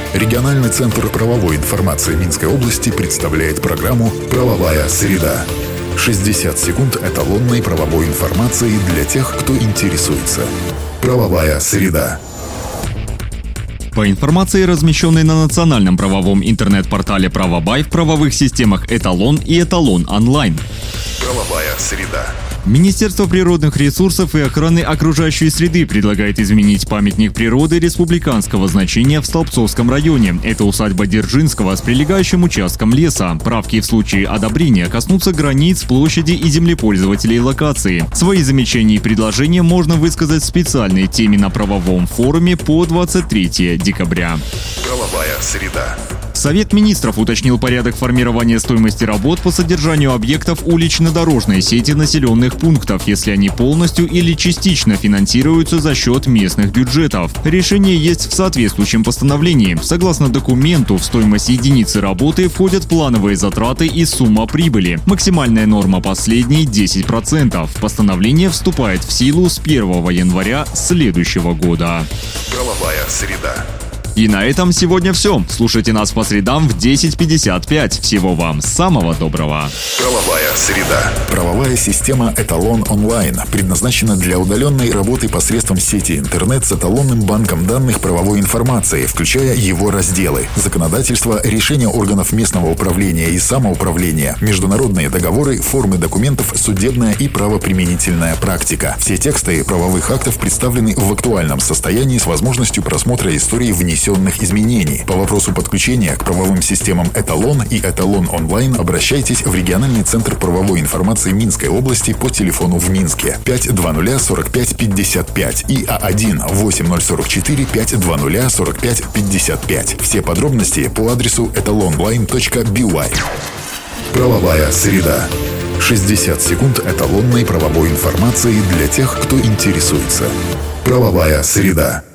Региональный центр правовой информации Минской области представляет программу «Правовая среда». 60 секунд эталонной правовой информации для тех, кто интересуется. «Правовая среда». По информации, размещенной на национальном правовом интернет-портале «Правобай», в правовых системах «Эталон» и «Эталон онлайн». «Правовая среда». Министерство природных ресурсов и охраны окружающей среды предлагает изменить памятник природы республиканского значения в Столбцовском районе. Это усадьба Дзержинского с прилегающим участком леса. Правки в случае одобрения коснутся границ, площади и землепользователей локации. Свои замечания и предложения можно высказать в специальной теме на правовом форуме по 23 декабря. «Правовая среда». Совет министров уточнил порядок формирования стоимости работ по содержанию объектов улично-дорожной сети населенных пунктов, если они полностью или частично финансируются за счет местных бюджетов. Решение есть в соответствующем постановлении. Согласно документу, в стоимость единицы работы входят плановые затраты и сумма прибыли. Максимальная норма последней – 10%. Постановление вступает в силу с 1 января следующего года. «Правовая среда». И на этом сегодня все. Слушайте нас по средам в 10:55. Всего вам самого доброго. «Правовая среда». Правовая система «Эталон онлайн» предназначена для удаленной работы посредством сети интернет с эталонным банком данных правовой информации, включая его разделы: законодательство, решения органов местного управления и самоуправления, международные договоры, формы документов, судебная и правоприменительная практика. Все тексты правовых актов представлены в актуальном состоянии с возможностью просмотра истории внесенных изменений. По вопросу подключения к правовым системам «Эталон» и «Эталон онлайн» обращайтесь в региональный центр правовой информации Минской области по телефону в Минске 520-45-55 и А1-8044-520-45-55. Все подробности по адресу etalonline.by. «Правовая среда». 60 секунд эталонной правовой информации для тех, кто интересуется. «Правовая среда».